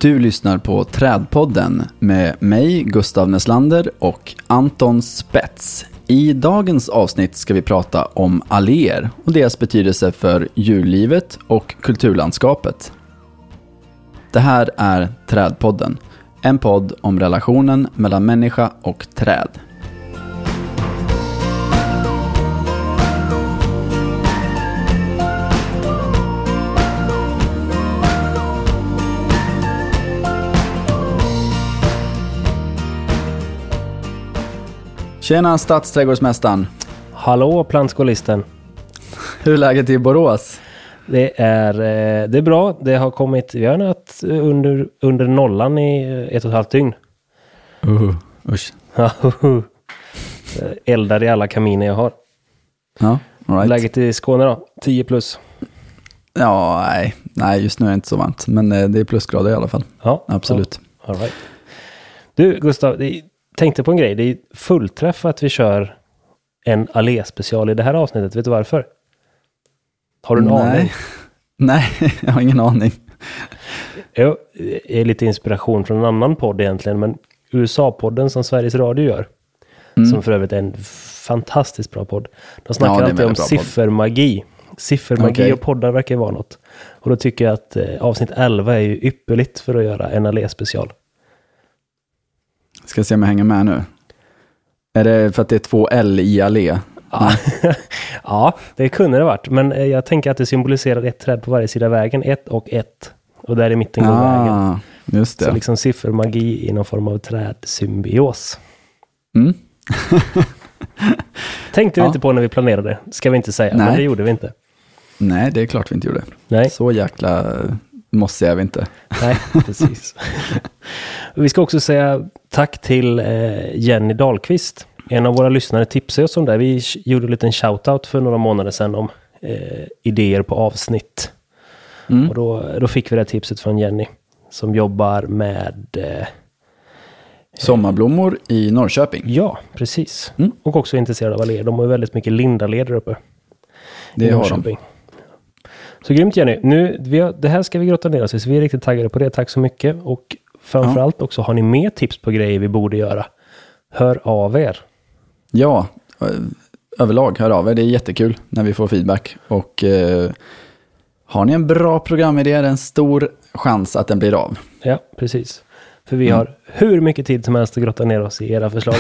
Du lyssnar på Trädpodden med mig, Gustav Näslander och Anton Spets. I dagens avsnitt ska vi prata om alléer och deras betydelse för djurlivet och kulturlandskapet. Det här är Trädpodden, en podd om relationen mellan människa och träd. Tjena stadsträdgårdsmästaren. Hallå plantskolisten. Hur är läget i Borås? Det är bra. Det har kommit, vi har nött under nollan i 1,5 dygn. Usch. Eldar i alla kaminer jag har. Ja, all right. Läget i Skåne då? 10 plus. Ja, nej, just nu är det inte så varmt. Men det är plusgrader i alla fall. Ja, absolut. Ja, all right. Du Gustav, tänkte på en grej. Det är fullträff att vi kör en allé-special i det här avsnittet. Vet du varför? Har du en aning? Nej, jag har ingen aning. Jag är lite inspiration från en annan podd egentligen. Men USA-podden som Sveriges Radio gör. Som för övrigt är en fantastiskt bra podd. De snackar alltid om siffermagi. Siffermagi och poddar verkar vara något. Och då tycker jag att avsnitt 11 är ju ypperligt för att göra en allé-special. Ska jag se om jag hänger med nu. Är det för att det är 2 L i allé? Ja, det kunde det varit. Men jag tänker att det symboliserar ett träd på varje sida vägen. 1 och 1. Och där i mitten går vägen. Just det. Så liksom siffermagi i någon form av trädsymbios. Mm. Tänkte vi inte på när vi planerade. Ska vi inte säga. Nej. Men det gjorde vi inte. Nej, det är klart vi inte gjorde. Nej. Så jäkla måste jag inte. Nej, precis. Vi ska också säga tack till Jenny Dahlqvist. En av våra lyssnare tipsade oss om det. Vi gjorde en liten shoutout för några månader sedan om idéer på avsnitt. Och då fick vi det tipset från Jenny som jobbar med sommarblommor i Norrköping. Ja, precis. Och också intresserad av alléer. De har ju väldigt mycket lindalléer där uppe. Det har de. Så grymt Jenny. Det här ska vi grotta ner oss i, så vi är riktigt taggade på det. Tack så mycket. Och framförallt också, har ni mer tips på grejer vi borde göra? Hör av er. Ja, överlag hör av er. Det är jättekul när vi får feedback. Och har ni en bra programidé är det en stor chans att den blir av. Ja, precis. För vi har hur mycket tid som helst att grotta ner oss i era förslag.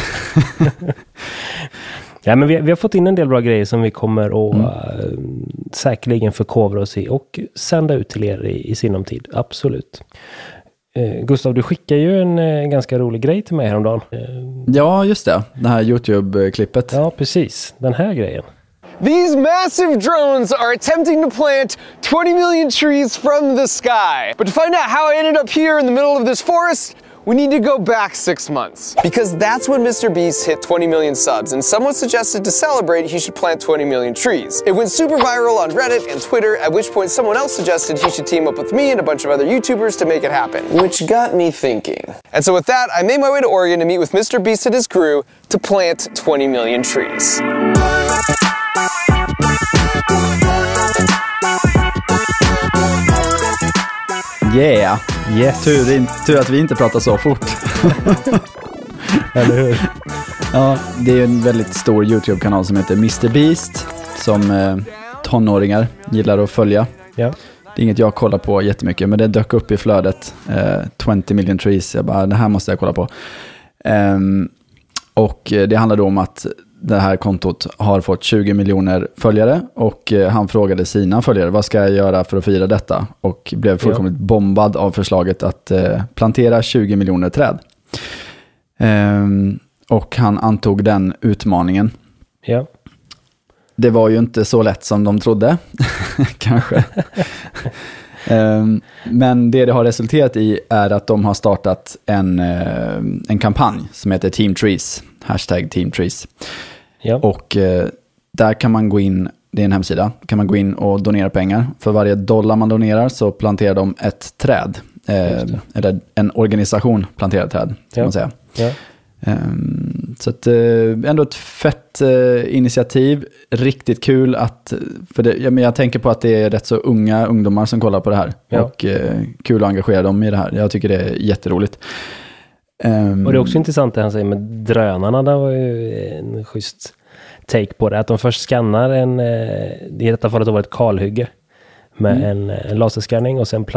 Ja, men vi har fått in en del bra grejer som vi kommer att säkerligen förkovra oss i och sända ut till er i sinom tid. Absolut. Gustav, du skickar ju en ganska rolig grej till mig häromdagen. Ja, just det. Det här YouTube-klippet. Ja, precis. Den här grejen. These massive drones are attempting to plant 20 million trees from the sky. But to find out how I ended up here in the middle of this forest, we need to go back 6 months. Because that's when Mr. Beast hit 20 million subs, and someone suggested to celebrate he should plant 20 million trees. It went super viral on Reddit and Twitter, at which point someone else suggested he should team up with me and a bunch of other YouTubers to make it happen. Which got me thinking. And so with that, I made my way to Oregon to meet with Mr. Beast and his crew to plant 20 million trees. Yeah. Yes. Tur att vi inte pratar så fort. Eller hur? Ja, det är en väldigt stor YouTube-kanal som heter Mr. Beast som tonåringar gillar att följa. Ja. Det är inget jag kollar på jättemycket, men det dök upp i flödet. 20 million trees. Jag bara, det här måste jag kolla på. Och det handlar då om att det här kontot har fått 20 miljoner följare och han frågade sina följare, vad ska jag göra för att fira detta? Och blev fullkomligt bombad av förslaget att plantera 20 miljoner träd. Och han antog den utmaningen. Ja. Det var ju inte så lätt som de trodde, kanske. Men det har resulterat i är att de har startat en kampanj som heter Team Trees, #TeamTrees. Ja. Och där kan man gå in, det är en hemsida, kan man gå in och donera pengar. För varje dollar man donerar så planterar de ett träd. Eller en organisation planterar träd, kan man säga. Ja. Så att, ändå ett fett initiativ. Riktigt kul att, för det, jag tänker på att det är rätt så unga ungdomar som kollar på det här. Ja. Och kul att engagera dem i det här. Jag tycker det är jätteroligt. Och det är också intressant det han säger med drönarna. Det var ju en schysst take på det. Att de först skannar i detta fallet var ett kalhygge med en laserskanning, och sen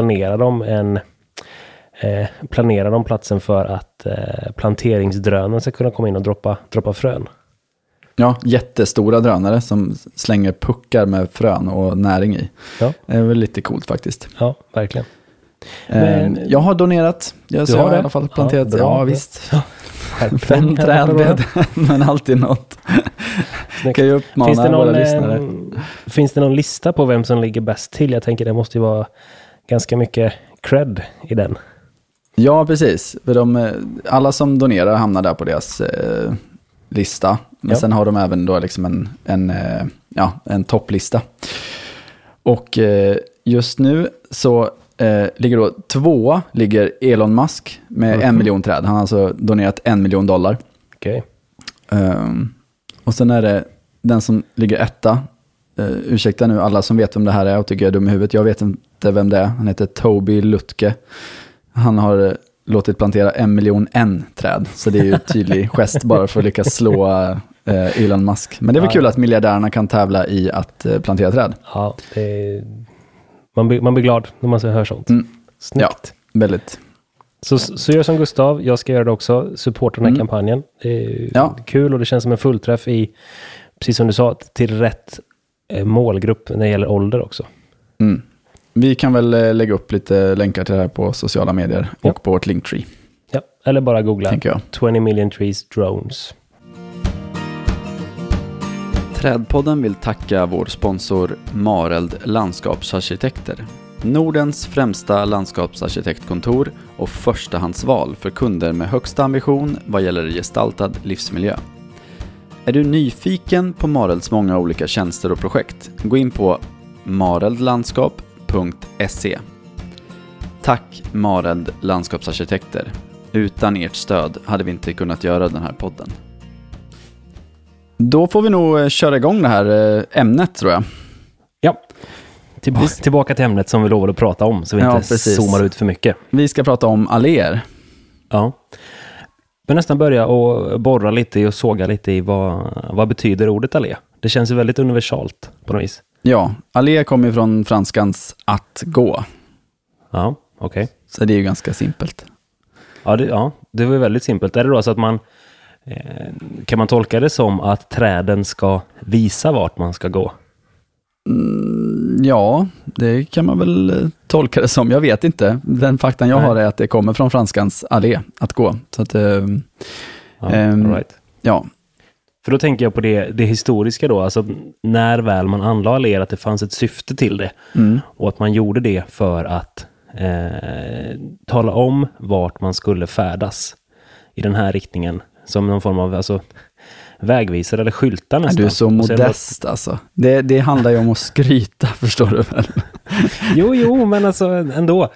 planerar de platsen för att planteringsdrönaren ska kunna komma in och droppa frön. Ja, jättestora drönare som slänger puckar med frön och näring i. Ja. Det är väl lite coolt faktiskt. Ja, verkligen. Men jag har donerat. Jag har i alla fall planterat. Ja, visst. Ja. 5 trädbädd, men alltid något. Kan jag uppmana våra lyssnare. Finns det någon lista på vem som ligger bäst till? Jag tänker det måste ju vara ganska mycket cred i den. Ja, precis. För alla som donerar hamnar där på deras lista. Men sen har de även då liksom en topplista. Och just nu så ligger då 2 ligger Elon Musk med 1 miljon träd. Han har alltså donerat $1 miljon. Okej. Och sen är det den som ligger 1. Ursäkta nu alla som vet vem det här är och tycker jag är dum i huvudet. Jag vet inte vem det är. Han heter Toby Lutke. Han har låtit plantera 1 miljon träd. Så det är ju tydlig gest bara för att lyckas slå Elon Musk. Men det är väl kul att miljardärerna kan tävla i att plantera träd. Ja, man blir glad när man hör sånt. Snyggt. Ja, väldigt. Så gör som Gustav, jag ska göra det också. Supporta den här kampanjen. Det är kul och det känns som en fullträff i, precis som du sa, till rätt målgrupp när det gäller ålder också. Vi kan väl lägga upp lite länkar till det här på sociala medier och på vårt Linktree. Ja, eller bara googla 20 million trees drones. Trädpodden vill tacka vår sponsor Mareld Landskapsarkitekter. Nordens främsta landskapsarkitektkontor och förstahandsval för kunder med högsta ambition vad gäller gestaltad livsmiljö. Är du nyfiken på Marelds många olika tjänster och projekt? Gå in på mareldlandskap.se. Tack Mareld Landskapsarkitekter. Utan ert stöd hade vi inte kunnat göra den här podden. Då får vi nog köra igång det här ämnet tror jag. Ja, tillbaka till ämnet som vi lovade att prata om så vi inte zoomar ut för mycket. Vi ska prata om alléer. Ja, vi nästan börja och borra lite och såga lite i vad betyder ordet allé. Det känns ju väldigt universalt på något vis. Ja, allé kommer från franskans att gå. Ja, okej. Så det är ju ganska simpelt. Ja, det var väldigt simpelt. Är det då så att man kan man tolka det som att träden ska visa vart man ska gå? Ja, det kan man väl tolka det som. Jag vet inte. Den faktan jag har är att det kommer från franskans allé, att gå. Så att, right. Ja. För då tänker jag på det historiska då. Alltså när väl man anlade alléer, att det fanns ett syfte till det. Och att man gjorde det för att tala om vart man skulle färdas i den här riktningen. Som någon form av vägvisare eller skyltar nästan. Du är så modest alltså. Det handlar ju om att skryta, förstår du väl? Jo, men alltså ändå.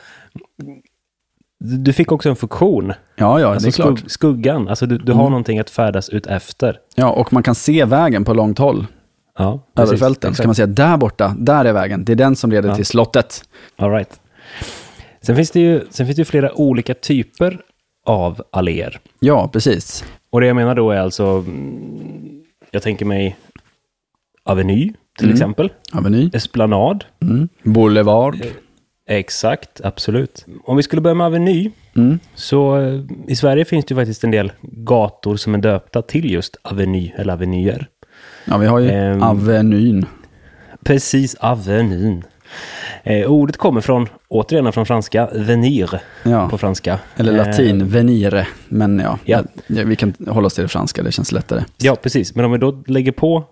Du fick också en funktion. Ja, det är klart. Skuggan, alltså du har någonting att färdas ut efter. Ja, och man kan se vägen på långt håll. Ja, över fälten. Så kan man säga, där borta, där är vägen. Det är den som leder till slottet. All right. Sen finns det ju flera olika typer av alléer. Ja, precis. Och det jag menar då är alltså, jag tänker mig aveny till exempel. Aveny. Esplanad. Boulevard. Exakt, absolut. Om vi skulle börja med aveny, så i Sverige finns det ju faktiskt en del gator som är döpta till just aveny eller avenyer. Ja, vi har ju avenyn. Precis, avenyn. Ordet kommer återigen från franska, venir på franska. Eller latin, venire. Men vi kan hålla oss till det franska, det känns lättare. Ja, precis. Men om vi då lägger på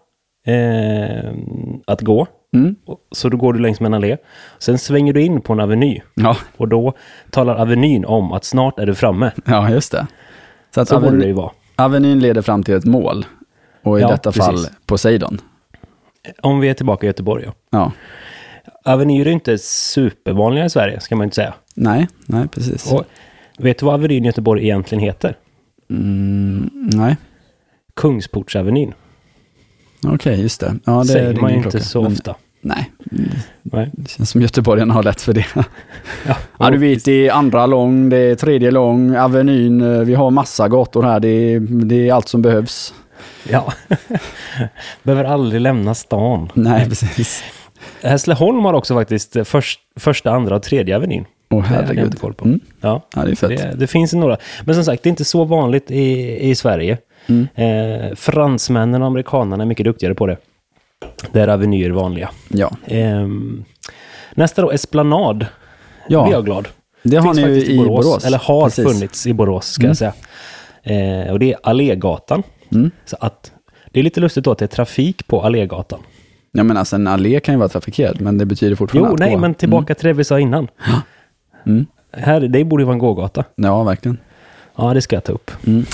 att gå, så då går du längs med en allé. Sen svänger du in på en aveny. Ja. Och då talar avenyn om att snart är du framme. Ja, just det. Så att borde det ju vara. Avenyn leder fram till ett mål. Och i detta fall Poseidon. Om vi är tillbaka i Göteborg, ja. Avenyer är inte supervanliga i Sverige, ska man inte säga. Nej, precis. Och vet du vad avenyn i Göteborg egentligen heter? Nej. Kungsportsavenyn. Okej, just det. Ja, det säger man inte klocka, så ofta. Nej, det känns som göteborgarna har lätt för det. Ja, du vet, det är andra lång, det är tredje lång, Avenyn, vi har massa gator här, det är allt som behövs. Ja, behöver aldrig lämna stan. Nej, precis. Hässleholm har också faktiskt första, andra och tredje Avenyn. Herregud. Inte koll på. Ja, det är fett. Det finns några. Men som sagt, det är inte så vanligt i Sverige. Fransmännen och amerikanerna är mycket duktigare på det. Där avenyer är vanliga. Ja. Nästa då, Esplanad. Ja. Det är jag glad. Det har ni ju i Borås. Eller har Precis. funnits i Borås, ska jag säga. Och det är Allégatan. Så att det är lite lustigt då att det är trafik på Allégatan. Ja, men alltså en allé kan ju vara trafikerad, men det betyder fortfarande men tillbaka till det vi sa innan. Här, det borde ju vara en gågata. Ja, verkligen. Ja, det ska jag ta upp.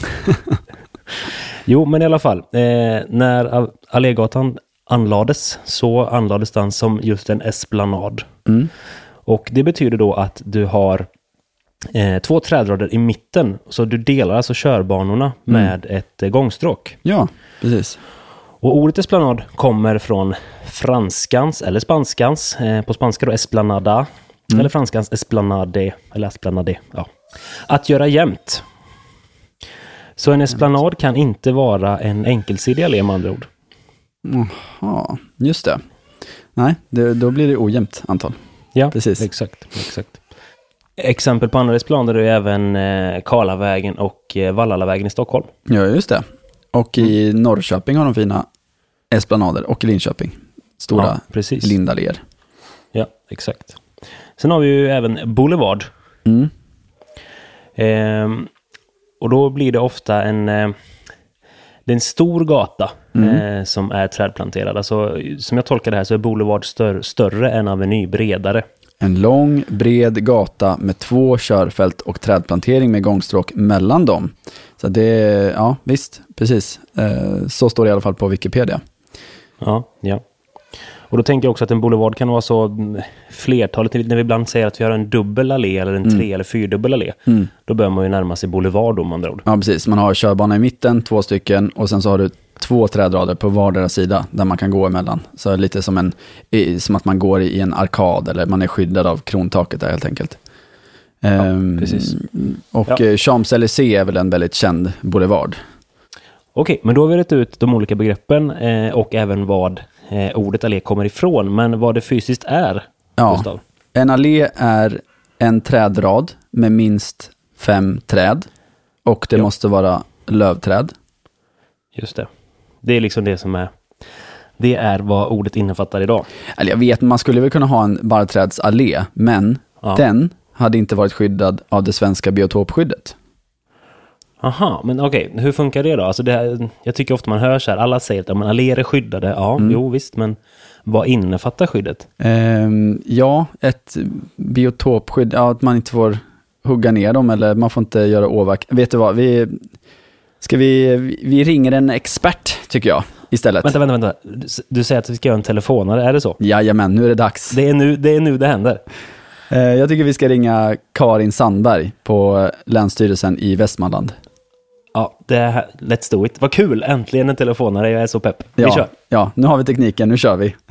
Jo, men i alla fall. När Allégatan anlades så anlades den som just en esplanad. Och det betyder då att du har 2 trädrader i mitten. Så du delar alltså körbanorna med ett gångstråk. Ja, precis. Och ordet esplanad kommer från franskans eller spanskans. På spanska då esplanada. Eller franskans esplanade. Eller esplanade, ja. Att göra jämnt. Så en esplanad kan inte vara en enkelsidig allé med andra ord. Jaha, just det. Nej, då blir det ojämnt antal. Ja, precis. Exakt. Exempel på andra esplanader är även Karlavägen och Vallallavägen i Stockholm. Ja, just det. Och i Norrköping har de fina esplanader. Och i Linköping. Stora lindalléer. Ja, exakt. Sen har vi ju även Boulevard. Och då blir det ofta det är en stor gata som är trädplanterad. Alltså, som jag tolkar det här så är Boulevard större än Aveny, bredare. En lång, bred gata med 2 körfält och trädplantering med gångstråk mellan dem. Så det, ja visst, precis. Så står det i alla fall på Wikipedia. Ja. Och då tänker jag också att en boulevard kan vara så flertalet, när vi ibland säger att vi har en dubbel allé eller en 3- eller 4-dubbel allé, då bör man ju närma sig boulevard om andra ord. Ja, precis. Man har körbana i mitten, 2 stycken, och sen så har du 2 trädrader på vardera sida där man kan gå emellan. Så lite som att man går i en arkad eller man är skyddad av krontaket där helt enkelt. Precis. Och Champs-Élysées är väl en väldigt känd boulevard. Okej, men då har vi rätt ut de olika begreppen och även vad ordet allé kommer ifrån. Men vad det fysiskt är, Gustav? En allé är en trädrad med minst 5 träd. Och det måste vara lövträd. Just det. Det är liksom det som är... Det är vad ordet innefattar idag. Eller jag vet, man skulle väl kunna ha en barrträdsallé. Men den hade inte varit skyddad av det svenska biotopskyddet. Aha, men okej. Hur funkar det då? Alltså jag tycker ofta man hör så här, alla säger att alléer är skyddade. Ja, jo visst, men vad innefattar skyddet? Ett biotopskydd, att man inte får hugga ner dem eller man får inte göra åverk. Vet du vad, vi ringer en expert tycker jag istället. Vänta. Du säger att vi ska göra en telefonare, är det så? Jajamän, nu är det dags. Det är nu det händer. Jag tycker vi ska ringa Karin Sandberg på Länsstyrelsen i Västmanland. Ja, let's do it. Vad kul, äntligen en telefonare, jag är så pepp. Vi kör. Ja, nu har vi tekniken, nu kör vi.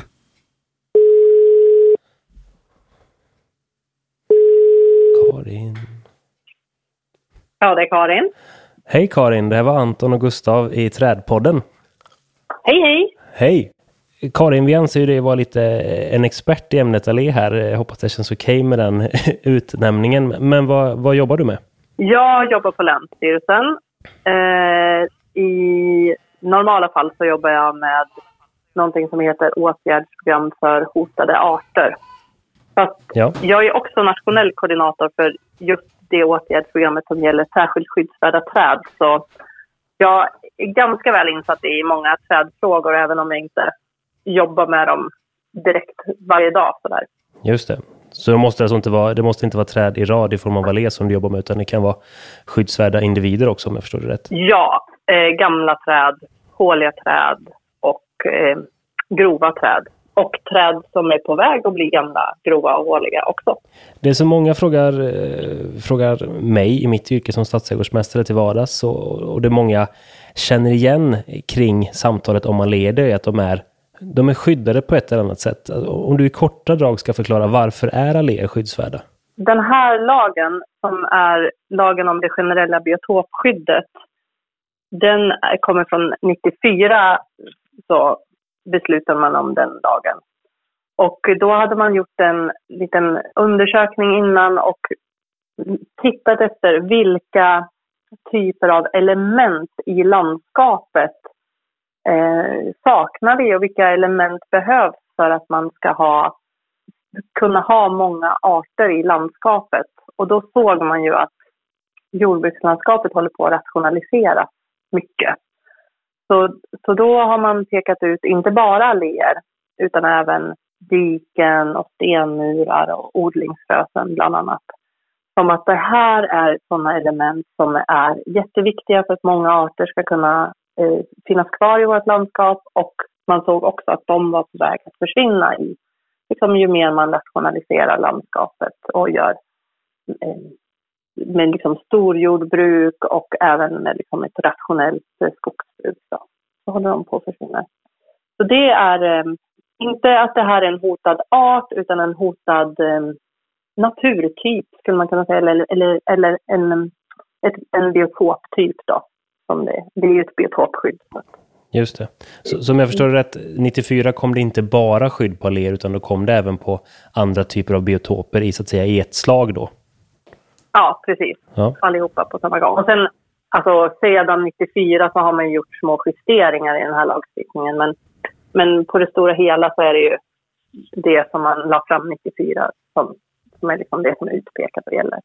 Karin. Ja, det är Karin. Hej Karin, det här var Anton och Gustav i Trädpodden. Hej. Hej. Karin, vi anser ju dig vara lite en expert i ämnet allé här. Jag hoppas det känns okej med den utnämningen. Men vad jobbar du med? Jag jobbar på Länsstyrelsen. I normala fall så jobbar jag med någonting som heter åtgärdsprogram för hotade arter. Jag är också nationell koordinator för just det åtgärdsprogrammet som gäller särskilt skyddsvärda träd. Så jag är ganska väl insatt i många trädfrågor även om jag inte jobba med dem direkt varje dag. Sådär. Just det. Så det måste inte vara träd i rad i form av allé som du jobbar med, utan det kan vara skyddsvärda individer också, om jag förstår det rätt. Ja, gamla träd, håliga träd och grova träd. Och träd som är på väg att bli gamla, grova och håliga också. Det är så många frågar mig i mitt yrke som stadsträdgårdsmästare till vardags, och det är många känner igen kring samtalet om alléer, är att de är skyddade på ett eller annat sätt. Om du i korta drag ska förklara varför är alléer skyddsvärda? Den här lagen, som är lagen om det generella biotopskyddet, den kommer från 94, så beslutade man om den lagen. Och då hade man gjort en liten undersökning innan och tittat efter vilka typer av element i landskapet saknar vi och vilka element behövs för att man ska kunna ha många arter i landskapet. Och då såg man ju att jordbrukslandskapet håller på att rationalisera mycket. Så då har man pekat ut inte bara alléer utan även diken och stenmurar och odlingsrösen bland annat. Som att det här är sådana element som är jätteviktiga för att många arter ska kunna finnas kvar i vårt landskap, och man såg också att de var på väg att försvinna i liksom, ju mer man rationaliserar landskapet och gör med liksom storjordbruk och även med liksom ett rationellt skogsbruk så håller de på att försvinna. Så det är inte att det här är en hotad art utan en hotad naturtyp skulle man kunna säga, eller en biotoptyp då. Som det är ju ett biotopskydd. Just det. Så som jag förstår det rätt, 94 kom det inte bara skydd på alléer utan då kom det även på andra typer av biotoper i så att säga i ett slag då? Ja, precis. Ja. Allihopa på samma gång. Och sen, alltså sedan 94 så har man gjort små justeringar i den här lagstiftningen. Men på det stora hela så är det ju det som man la fram 94 som är liksom det som är utpekat och gäller.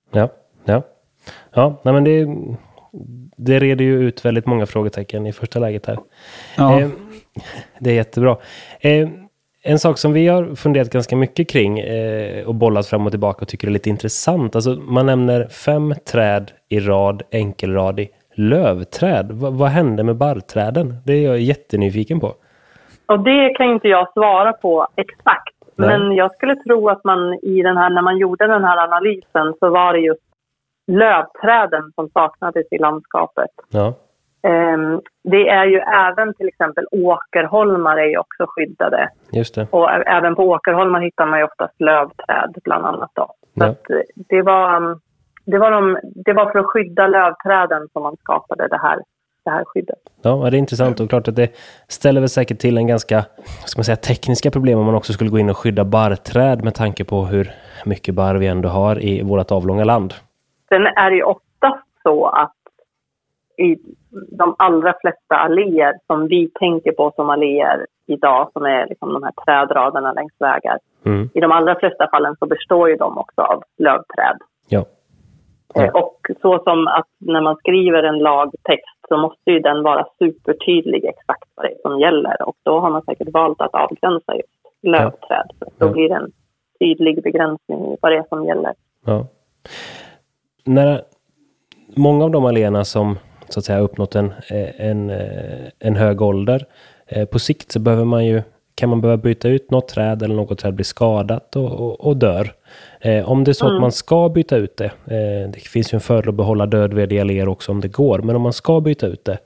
Ja, nej men det reder ju ut väldigt många frågetecken i första läget här. Ja. Det är jättebra. En sak som vi har funderat ganska mycket kring och bollat fram och tillbaka och tycker är lite intressant. Alltså man nämner 5 träd i rad, enkelradig lövträd. Vad hände med barrträden? Det är jag jättenyfiken på. Och det kan inte jag svara på exakt. Nej. Men jag skulle tro att man när man gjorde den här analysen så var det just lövträden som saknades i landskapet. Ja. Det är ju även till exempel åkerholmar är ju också skyddade. Just det. Och även på åkerholmar hittar man ju oftast lövträd bland annat då. Så att det var för att skydda lövträden som man skapade det här skyddet. Ja, det är intressant och klart att det ställer väl säkert till en ganska, ska man säga, tekniska problem om man också skulle gå in och skydda barrträd med tanke på hur mycket barr vi ändå har i vårt avlånga land. Sen är det ju oftast så att i de allra flesta alléer som vi tänker på som alléer idag, som är liksom de här trädraderna längs vägar. Mm. I de allra flesta fallen så består ju de också av lövträd. Ja. Och så som att när man skriver en lagtext så måste ju den vara supertydlig exakt vad det är som gäller. Och då har man säkert valt att avgränsa just lövträd. Så då blir det en tydlig begränsning i vad det är som gäller. Ja. När många av de alléerna som så att säga uppnått en hög ålder, på sikt så kan man behöva byta ut något träd eller något träd blir skadat och dör. Om det är så att man ska byta ut det, det finns ju en fördel att behålla dödved i alléer också om det går, men om man ska byta ut det,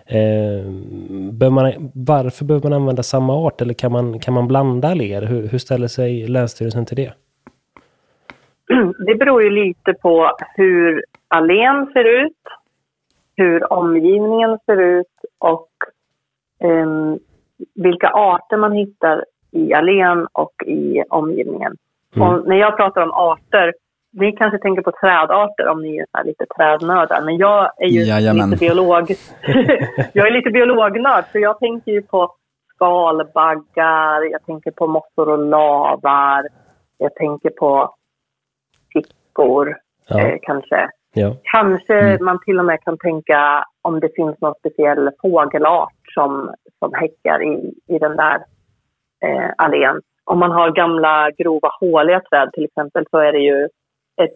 varför behöver man använda samma art eller kan man blanda alléer? Hur ställer sig Länsstyrelsen till det? Det beror ju lite på hur allén ser ut, hur omgivningen ser ut och vilka arter man hittar i allén och i omgivningen. Och när jag pratar om arter, ni kanske tänker på trädarter om ni är lite trädnördar, men jag är ju lite biolog. Jag är lite biolognörd, så jag tänker ju på skalbaggar, jag tänker på mossor och lavar, jag tänker på fickor kanske. Ja. Kanske man till och med kan tänka om det finns någon speciell fågelart som häckar i den där allén. Om man har gamla grova håliga träd till exempel så är det ju ett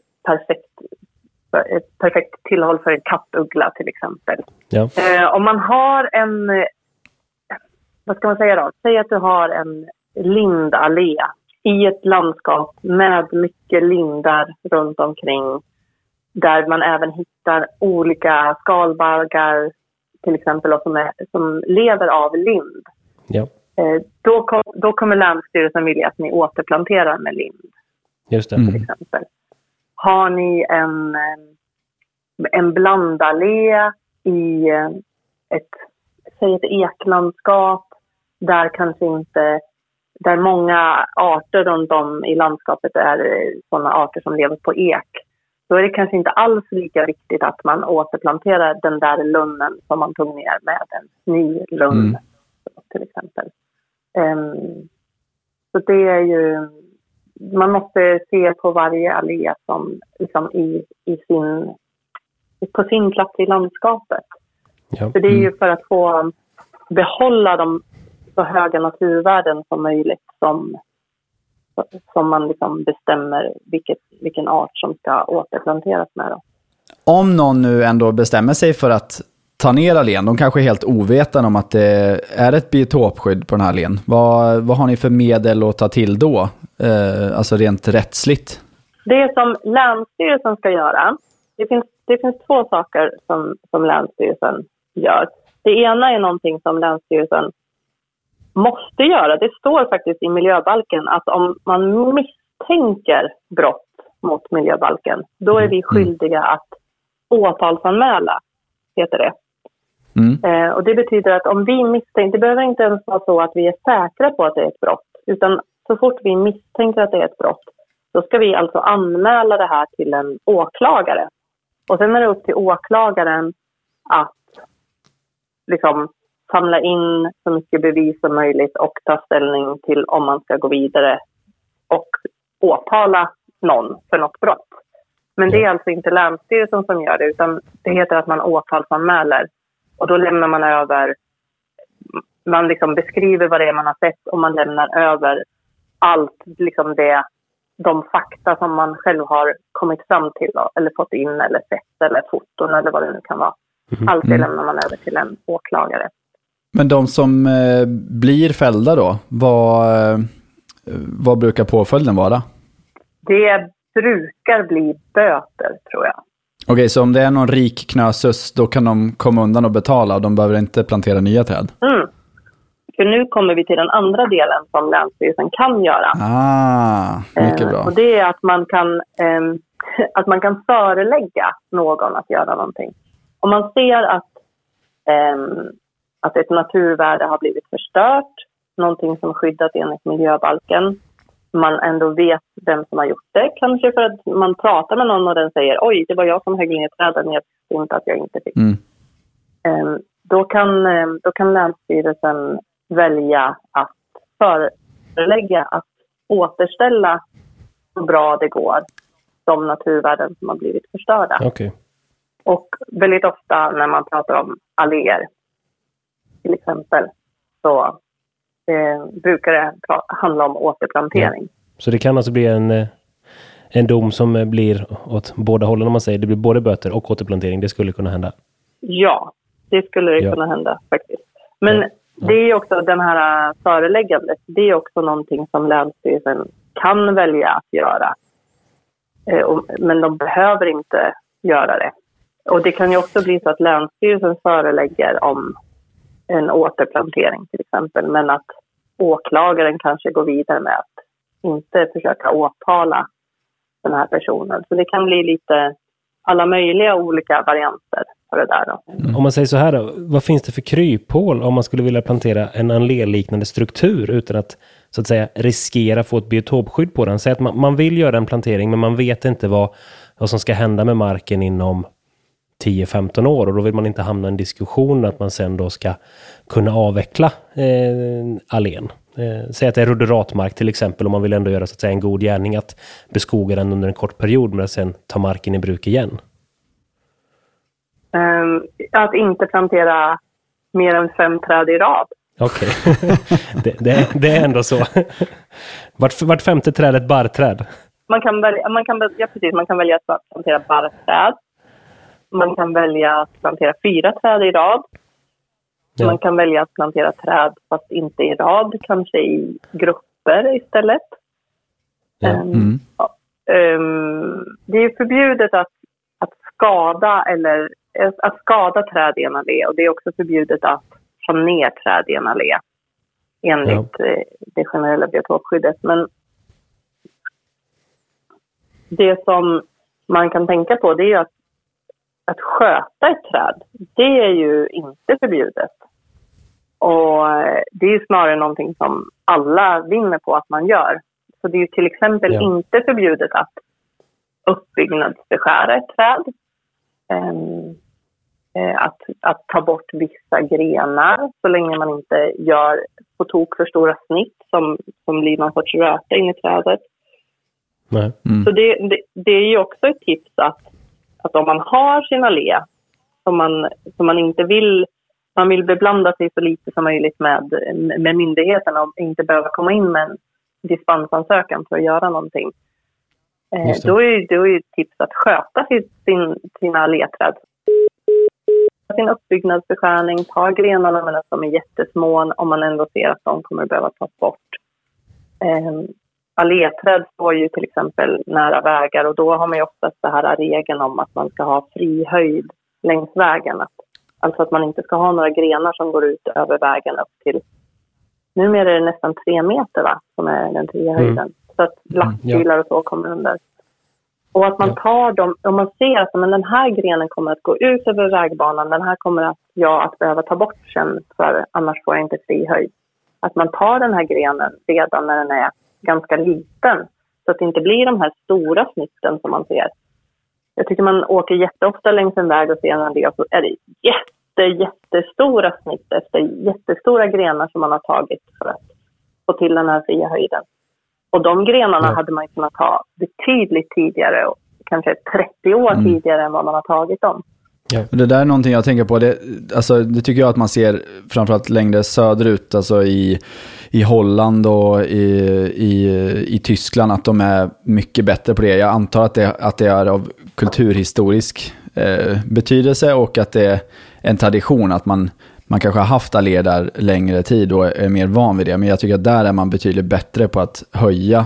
perfekt tillhåll för en kattuggla till exempel. Ja. Om man har vad ska man säga då? Säg att du har en lindallé i ett landskap med mycket lindar runt omkring, där man även hittar olika skalbaggar till exempel och som lever av lind. Ja. Då kommer Länsstyrelsen vilja att ni återplanterar med lind. Just det. Till exempel. Har ni en blandallé i ett eklandskap där många arter runt om i landskapet är sådana arter som lever på ek. Då är det kanske inte alls lika viktigt att man återplanterar den där lunnen som man tog ner med en ny lunn till exempel. Så det är ju, man måste se på varje allé som liksom på sin plats i landskapet. Ja. För det är ju för att få behålla de så höga naturvärden som möjligt som man liksom bestämmer vilken art som ska återplanteras med då. Om någon nu ändå bestämmer sig för att ta ner allén, de kanske är helt ovetande om att det är ett biotopskydd på den här allén. Vad har ni för medel att ta till då? Alltså rent rättsligt? Det som Länsstyrelsen ska göra, det finns två saker som Länsstyrelsen gör. Det ena är någonting som Länsstyrelsen måste göra. Det står faktiskt i miljöbalken att om man misstänker brott mot miljöbalken, då är vi skyldiga att åtalsanmäla, heter det. Och det betyder att om vi misstänker, det behöver inte ens vara så att vi är säkra på att det är ett brott, utan så fort vi misstänker att det är ett brott, då ska vi alltså anmäla det här till en åklagare. Och sen är det upp till åklagaren att liksom samla in så mycket bevis som möjligt och ta ställning till om man ska gå vidare och åtala någon för något brott. Men det är alltså inte Länsstyrelsen som gör det, utan det heter att man åtalsanmäler. Och då lämnar man över, man liksom beskriver vad det är man har sett och man lämnar över allt liksom de fakta som man själv har kommit fram till då, eller fått in eller sett eller foton eller vad det nu kan vara. Allt det lämnar man över till en åklagare. Men de som blir fällda då, vad brukar påföljden vara? Det brukar bli böter, tror jag. Okej, så om det är någon rik knösus, då kan de komma undan och betala och de behöver inte plantera nya träd? För nu kommer vi till den andra delen som Länsstyrelsen kan göra. Mycket bra. Och det är att man kan förelägga någon att göra någonting. Om man ser att ett naturvärde har blivit förstört, någonting som är skyddat enligt miljöbalken, man ändå vet vem som har gjort det. Kanske för att man pratar med någon och den säger, oj, det var jag som högg ner träden, jag visste inte att jag inte fick. Då kan Länsstyrelsen välja att förelägga att återställa så bra det går de naturvärden som har blivit förstörda. Okay. Och väldigt ofta när man pratar om alléer till exempel, så brukar det handla om återplantering. Ja. Så det kan alltså bli en dom som blir åt båda hållen, om man säger. Det blir både böter och återplantering. Det skulle kunna hända. Ja, det skulle kunna hända faktiskt. Men det är också den här föreläggandet. Det är också någonting som Länsstyrelsen kan välja att göra. Men de behöver inte göra det. Och det kan ju också bli så att Länsstyrelsen förelägger om en återplantering till exempel. Men att åklagaren kanske går vidare med att inte försöka åtala den här personen. Så det kan bli lite alla möjliga olika varianter på det där då. Om man säger så här då, vad finns det för kryphål om man skulle vilja plantera en alléliknande struktur utan att så att säga riskera få ett biotopskydd på den? Säg att man vill göra en plantering men man vet inte vad som ska hända med marken inom 10-15 år, och då vill man inte hamna i en diskussion att man sen då ska kunna avveckla allén. Säg att det är ruderatmark till exempel, om man vill ändå göra så att säga en god gärning att beskoga den under en kort period men sen ta marken i bruk igen. Att inte plantera mer än 5 träd i rad. Okej, det är ändå så. Vart femte träd ett barrträd? Man kan välja att plantera barrträd. Man kan välja att plantera 4 träd i rad. Ja. Man kan välja att plantera träd fast inte i rad, kanske i grupper istället. Det är förbjudet att skada eller att skada träd i en allé. Och det är också förbjudet att ta ner träd i en allé enligt det generella biotopskyddet. Men det som man kan tänka på, det är ju att sköta ett träd. Det är ju inte förbjudet. Och det är ju snarare någonting som alla vinner på att man gör. Så det är ju till exempel inte förbjudet att uppbyggnadsbeskära ett träd. Att ta bort vissa grenar så länge man inte gör på tok för stora snitt som blir någon sorts röta in i trädet. Nej. Så det är ju också ett tips att om man har sin allé som man inte vill, man vill beblanda sig så lite som möjligt med myndigheterna och inte behöva komma in med en dispensansökan för att göra någonting. Då är det ett tips att sköta sina alléträd. Sin uppbyggnadsbeskärning, ta grenarna men att de är jättesmå om man ändå ser att de kommer behöva tas bort. Alléträd står ju till exempel nära vägar och då har man ju oftast det här regeln om att man ska ha fri höjd längs vägen. Alltså att man inte ska ha några grenar som går ut över vägen upp till, numera är det nästan 3 meter som är den fria höjden. Så att lastbilar och så kommer under. Och att man tar dem, om man ser att den här grenen kommer att gå ut över vägbanan, den här kommer att behöva ta bort sen för annars får jag inte fri höjd. Att man tar den här grenen redan när den är ganska liten så att det inte blir de här stora snitten som man ser. Jag tycker man åker jätteofta längs en väg och ser en del så är det jättestora snitt efter jättestora grenar som man har tagit för att få till den här fria höjden. Och de grenarna hade man kunnat ta betydligt tidigare, kanske 30 år tidigare än vad man har tagit dem. Ja. Det där är någonting jag tänker på. Det tycker jag att man ser framförallt längre söderut, alltså i Holland och i Tyskland, att de är mycket bättre på det. Jag antar att det är av kulturhistorisk betydelse och att det är en tradition att man kanske har haft alléer där längre tid och är mer van vid det. Men jag tycker att där är man betydligt bättre på att höja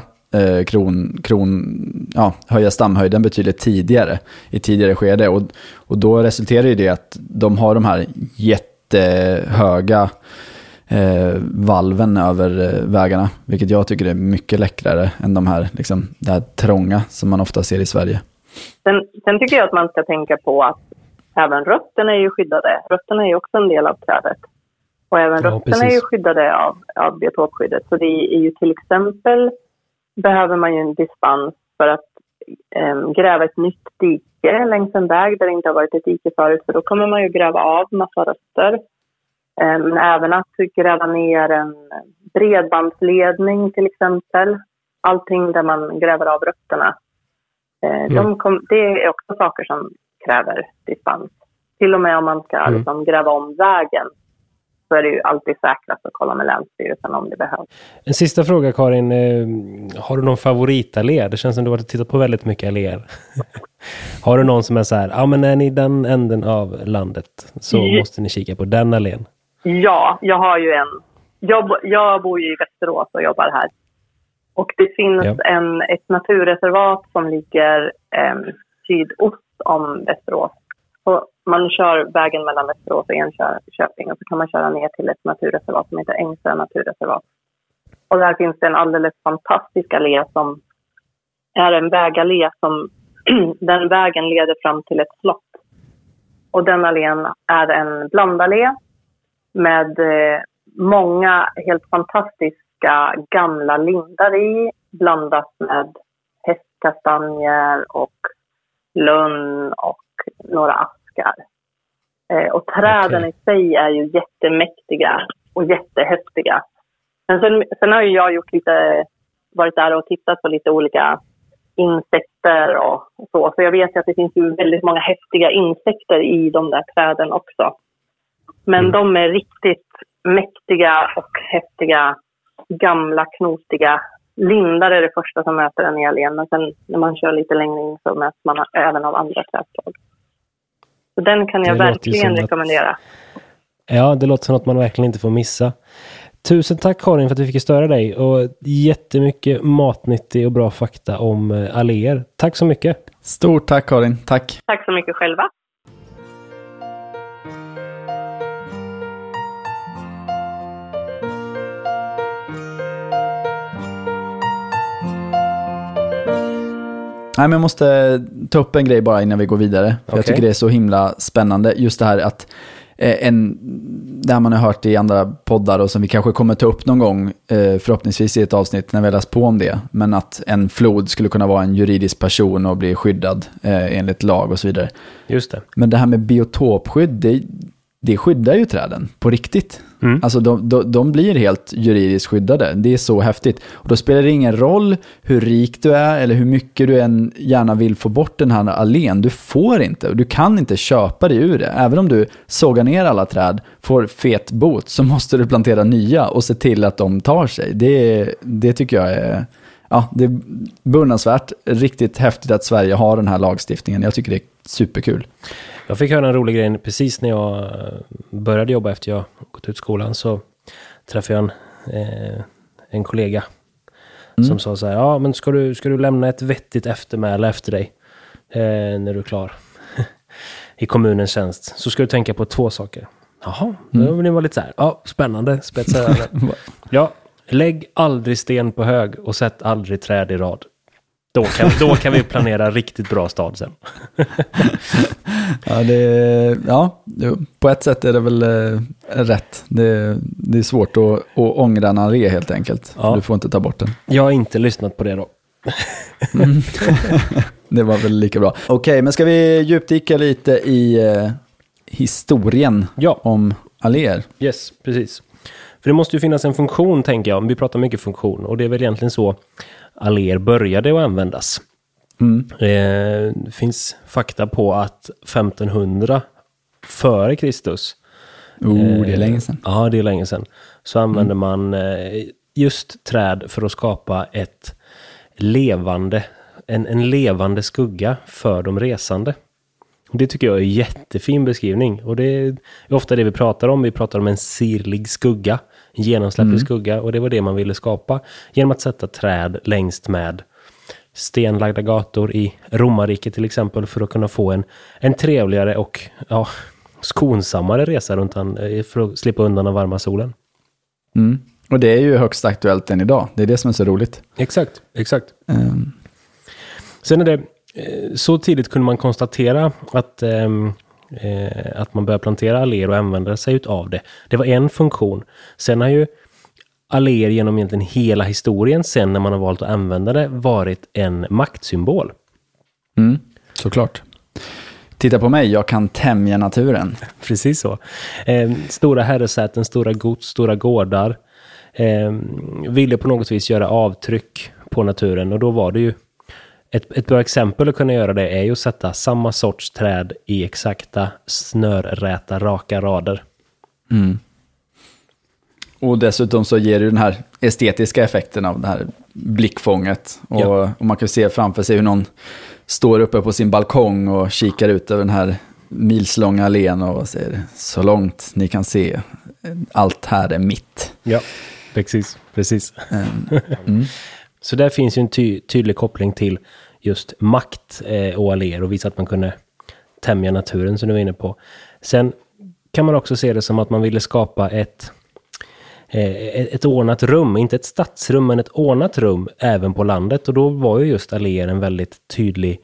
höja stamhöjden betydligt tidigare, i tidigare skede. Och då resulterar ju det att de har de här jättehöga valven över vägarna, vilket jag tycker är mycket läckrare än de här, liksom, det här trånga som man ofta ser i Sverige. Sen tycker jag att man ska tänka på att även rötterna är ju skyddade. Rötterna är ju också en del av trädet. Och även rötterna är ju skyddade av biotopskyddet. Så det är ju till exempel, behöver man ju en dispens för att gräva ett nytt dike längs en väg där det inte har varit ett dike förut. För då kommer man ju gräva av massa rötter. Men även att gräva ner en bredbandsledning till exempel. Allting där man gräver av rötterna. Det är också saker som kräver dispens. Till och med om man ska liksom gräva om vägen så är det ju alltid säkrast att kolla med Länsstyrelsen om det behövs. En sista fråga, Karin. Har du någon favoritallé? Det känns som du har tittat på väldigt mycket alléer. Har du någon som är så här, men är ni i den änden av landet så måste ni kika på den allén? Ja, jag har ju en. Jag bor ju i Västerås och jobbar här. Och det finns ett naturreservat som ligger sydost om Västerås. Så man kör vägen mellan Västerås och Enköping och så kan man köra ner till ett naturreservat som heter Ängsö naturreservat. Och där finns det en alldeles fantastisk allé som är en vägallé som den vägen leder fram till ett slott. Och den allén är en blandallé med många helt fantastiska gamla lindar i, blandat med hästkastanjer och lönn och några askar. Och träden i sig är ju jättemäktiga och jättehäftiga. Men sen har ju jag varit där och tittat på lite olika insekter och så. Så jag vet att det finns ju väldigt många häftiga insekter i de där träden också. Men de är riktigt mäktiga och häftiga, gamla, knotiga. Lindar är det första som möter en i allén. Men sen när man kör lite längre in så möter man även av andra trädslag. Så den kan jag verkligen rekommendera. Ja, det låter som att man verkligen inte får missa. Tusen tack, Karin, för att vi fick störa dig. Och jättemycket matnyttig och bra fakta om alléer. Tack så mycket. Stort tack, Karin. Tack. Tack så mycket själva. Nej, men jag måste ta upp en grej bara innan vi går vidare. För jag tycker det är så himla spännande. Just det här att där man har hört i andra poddar och som vi kanske kommer ta upp någon gång, förhoppningsvis i ett avsnitt när vi har läst på om det. Men att en flod skulle kunna vara en juridisk person och bli skyddad enligt lag och så vidare. Just det. Men det här med biotopskydd, det skyddar ju träden på riktigt. Alltså de blir helt juridiskt skyddade. Det är så häftigt. Och då spelar det ingen roll hur rik du är eller hur mycket du än gärna vill få bort den här allén. Du får inte, och du kan inte köpa dig ur det. Även om du sågar ner alla träd, får fet bot, så måste du plantera nya och se till att de tar sig. Det tycker jag är... Ja, det är beundransvärt, riktigt häftigt att Sverige har den här lagstiftningen. Jag tycker det är superkul. Jag fick höra en rolig grej precis när jag började jobba efter jag gått ut skolan, så träffade jag en kollega som sa så här: ja, men ska du lämna ett vettigt eftermäle efter dig när du är klar i kommunens tjänst, så ska du tänka på 2 saker. Jaha, det var lite så här, ja, spännande, spetsar. Ja, lägg aldrig sten på hög och sätt aldrig träd i rad. Då kan vi planera riktigt bra stad sen. På ett sätt är det väl rätt. Det är svårt att ångra en allé helt enkelt. Ja. Du får inte ta bort den. Jag har inte lyssnat på det då. Det var väl lika bra. Okej, men ska vi djupdyka lite i historien om alléer? Yes, precis. För det måste ju finnas en funktion, tänker jag. Vi pratar mycket funktion, och det är väl egentligen så alléer började att användas. Det finns fakta på att 1500 före Kristus. Det är länge sedan. Ja, det är länge sedan. Så använde man just träd för att skapa ett levande, en levande skugga för de resande. Det tycker jag är en jättefin beskrivning. Och det är ofta det vi pratar om. Vi pratar om en sirlig skugga, en genomsläpplig skugga. Och det var det man ville skapa genom att sätta träd längst med stenlagda gator i Romarriket till exempel, för att kunna få en trevligare och skonsammare resa runt för att slippa undan den varma solen. Och det är ju högst aktuellt än idag. Det är det som är så roligt. Exakt. Sen är det så tidigt kunde man konstatera att man börjar plantera alléer och använda sig av det. Det var en funktion. Sen har ju alléer genom egentligen hela historien, sen när man har valt att använda det, varit en maktsymbol. Såklart. Titta på mig, jag kan tämja naturen. Precis så. Stora herresäten, stora gods, stora gårdar ville på något vis göra avtryck på naturen, och då var det ju ett bra exempel att kunna göra det är ju att sätta samma sorts träd i exakta snörräta raka rader. Och dessutom så ger det den här estetiska effekten av det här blickfånget. Och man kan se framför sig hur någon står uppe på sin balkong och kikar ut över den här milslånga allén och säger: så långt ni kan se, allt här är mitt. Ja, precis. Så där finns ju en tydlig koppling till just makt och alléer, och visa att man kunde tämja naturen som du var inne på. Sen kan man också se det som att man ville skapa ett ordnat rum, inte ett stadsrum men ett ordnat rum även på landet, och då var ju just alléer en väldigt tydlig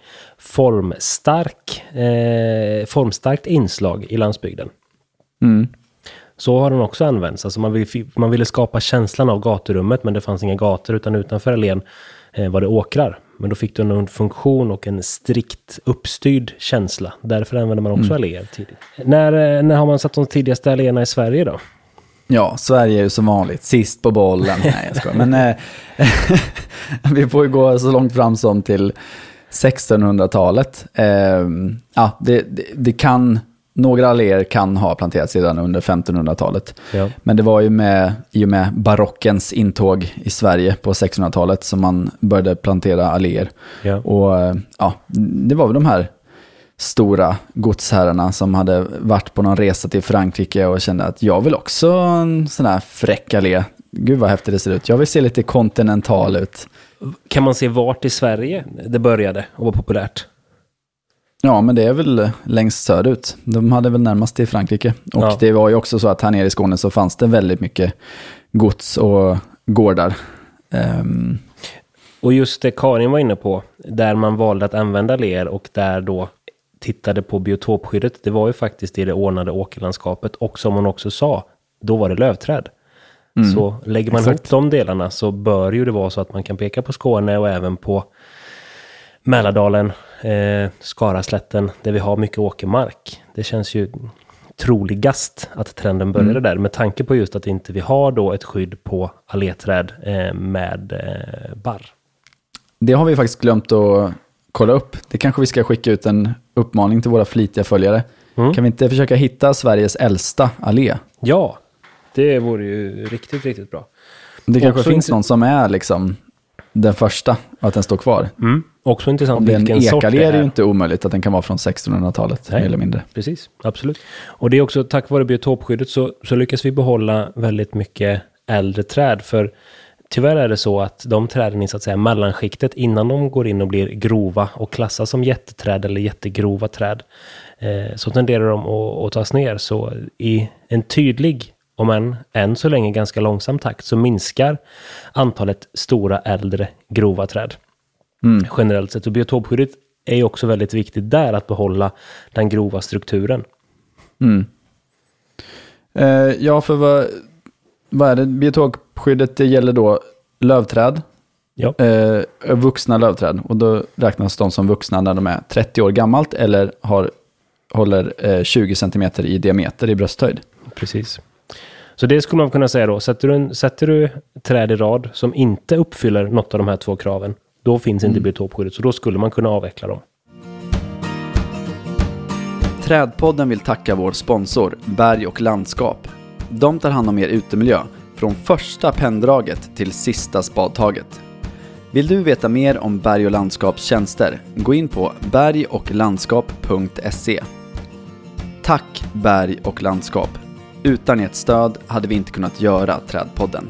formstarkt inslag i landsbygden. Så har den också använts. Alltså man ville skapa känslan av gaturummet, men det fanns inga gator, utan utanför allén var det åkrar. Men då fick du en funktion och en strikt uppstyrd känsla. Därför använde man också alléer tidigt. När har man satt de tidigaste alléerna i Sverige då? Ja, Sverige är ju som vanligt sist på bollen. Nej, jag skojar. Men vi får ju gå så långt fram som till 1600-talet. Det kan... Några alléer kan ha planterats redan under 1500-talet. Ja. Men det var ju i och med barockens intåg i Sverige på 1600-talet som man började plantera alléer. Ja. Och det var väl de här stora godsherrarna som hade varit på någon resa till Frankrike och kände att jag vill också en sån här fräck allé. Gud vad häftigt det ser ut. Jag vill se lite kontinental ut. Kan man se vart i Sverige det började och var populärt? Ja, men det är väl längst söderut. De hade väl närmast till Frankrike. Och det var ju också så att här nere i Skåne så fanns det väldigt mycket gods och gårdar. Och just det Karin var inne på, där man valde att använda ler och där då tittade på biotopskyddet, det var ju faktiskt i det ordnade åkerlandskapet, och som hon också sa, då var det lövträd. Så lägger man ihop de delarna så bör ju det vara så att man kan peka på Skåne och även på Mälardalen, Skaraslätten, där vi har mycket åkermark. Det känns ju troligast att trenden började där, med tanke på just att inte vi har då ett skydd på alléträd med barr. Det har vi faktiskt glömt att kolla upp. Det kanske vi ska skicka ut en uppmaning till våra flitiga följare. Kan vi inte försöka hitta Sveriges äldsta allé? Ja, det vore ju riktigt, riktigt bra. Det kanske finns någon som är liksom den första, att den står kvar. Också intressant. Om det är en ekalé är det ju inte omöjligt att den kan vara från 1600-talet, mer eller mindre. Precis, absolut. Och det är också tack vare biotopskyddet så lyckas vi behålla väldigt mycket äldre träd. För tyvärr är det så att de träden i så att säga mellanskiktet, innan de går in och blir grova och klassas som jätteträd eller jättegrova träd, så tenderar de att tas ner. Så i en tydlig, om än så länge ganska långsam takt, så minskar antalet stora äldre grova träd. Generellt sett. Och biotopskyddet är ju också väldigt viktigt där, att behålla den grova strukturen. Ja, för vad är det? Biotopskyddet, det gäller då lövträd. Ja. Vuxna lövträd. Och då räknas de som vuxna när de är 30 år gammalt eller håller 20 centimeter i diameter i brösthöjd. Precis. Så det skulle man kunna säga då. Sätter du träd i rad som inte uppfyller något av de här två kraven, då finns inte biotopskyddet. Så då skulle man kunna avveckla dem. Trädpodden vill tacka vår sponsor Berg och landskap. De tar hand om er utemiljö från första penndraget till sista spadtaget. Vill du veta mer om Berg och landskaps tjänster? Gå in på bergochlandskap.se. Tack Berg och landskap. Utan ert stöd hade vi inte kunnat göra Trädpodden.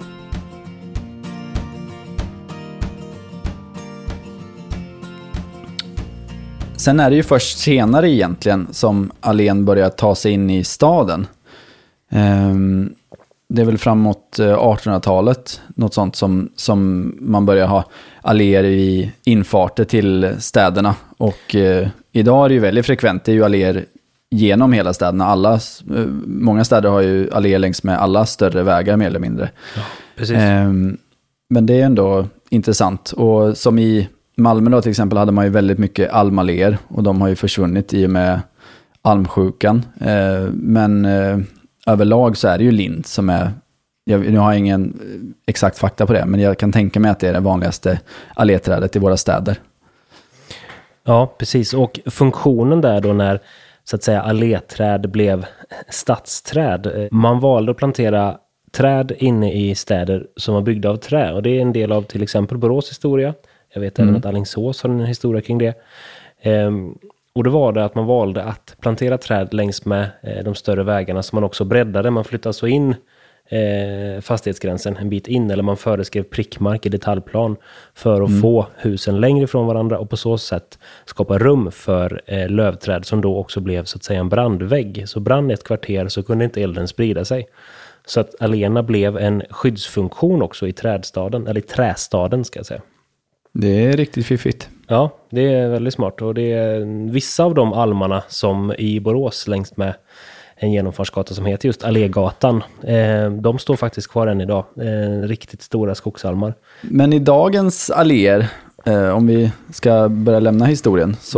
Sen är det ju först senare egentligen som allén börjar ta sig in i staden. Det är väl framåt 1800-talet, något sånt som man börjar ha alléer i infarter till städerna. Och idag är det ju väldigt frekvent, det är ju alléer genom hela städerna. Många städer har ju alléer längs med alla större vägar mer eller mindre. Ja, precis. Men det är ändå intressant. Och som i Malmö då till exempel hade man ju väldigt mycket almalléer och de har ju försvunnit i och med almsjukan. Men överlag så är det ju lind som är, nu har jag ingen exakt fakta på det, men jag kan tänka mig att det är det vanligaste alléträdet i våra städer. Ja, precis. Och funktionen där då när så att säga alléträd blev stadsträd. Man valde att plantera träd inne i städer som var byggda av trä. Och det är en del av till exempel Borås historia. Jag vet även att Alingsås har en historia kring det. Och det var det att man valde att plantera träd längs med de större vägarna som man också breddade. Man flyttade så in fastighetsgränsen en bit in, eller man föreskrev prickmark i detaljplan för att få husen längre från varandra och på så sätt skapa rum för lövträd som då också blev så att säga en brandvägg. Så brann ett kvarter så kunde inte elden sprida sig. Så att alléerna blev en skyddsfunktion också i trädstaden, eller i trästaden ska jag säga. Det är riktigt fiffigt. Ja, det är väldigt smart. Och det är vissa av de almarna som i Borås längs med en genomfartsgata som heter just Allégatan. De står faktiskt kvar än idag. Riktigt stora skogsalmar. Men i dagens alléer, om vi ska börja lämna historien, så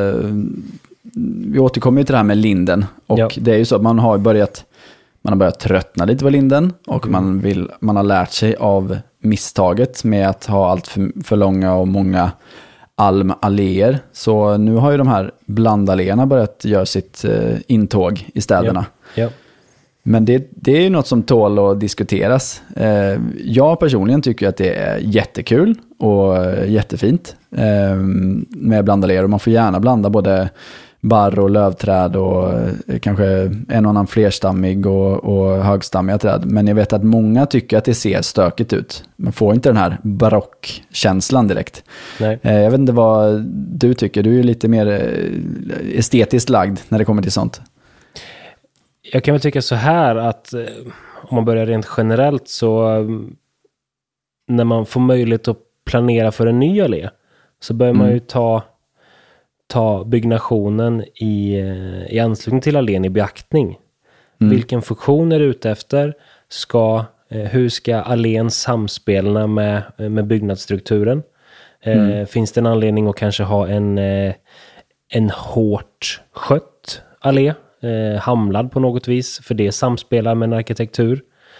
vi återkommer ju till det här med linden. Och det är ju så att man har börjat tröttna lite på linden och man har lärt sig av misstaget med att ha allt för långa och många almalléer. Så nu har ju de här blandalléerna börjat göra sitt intåg i städerna. Ja. Men det är ju något som tål att diskuteras. Jag personligen tycker att det är jättekul och jättefint med blandalléer. Och man får gärna blanda både barr och lövträd och kanske en och annan flerstammig och högstammiga träd. Men jag vet att många tycker att det ser stökigt ut. Man får inte den här barockkänslan direkt. Nej. Jag vet inte vad du tycker. Du är ju lite mer estetiskt lagd när det kommer till sånt. Jag kan väl tycka så här att om man börjar rent generellt så när man får möjlighet att planera för en ny allé så bör man ju ta byggnationen i anslutning till allén i beaktning. Vilken funktion är det ute efter? Hur ska allén samspela med byggnadsstrukturen? Finns det en anledning att kanske ha en hårt skött allé, hamlad på något vis, för det samspelar med en arkitektur?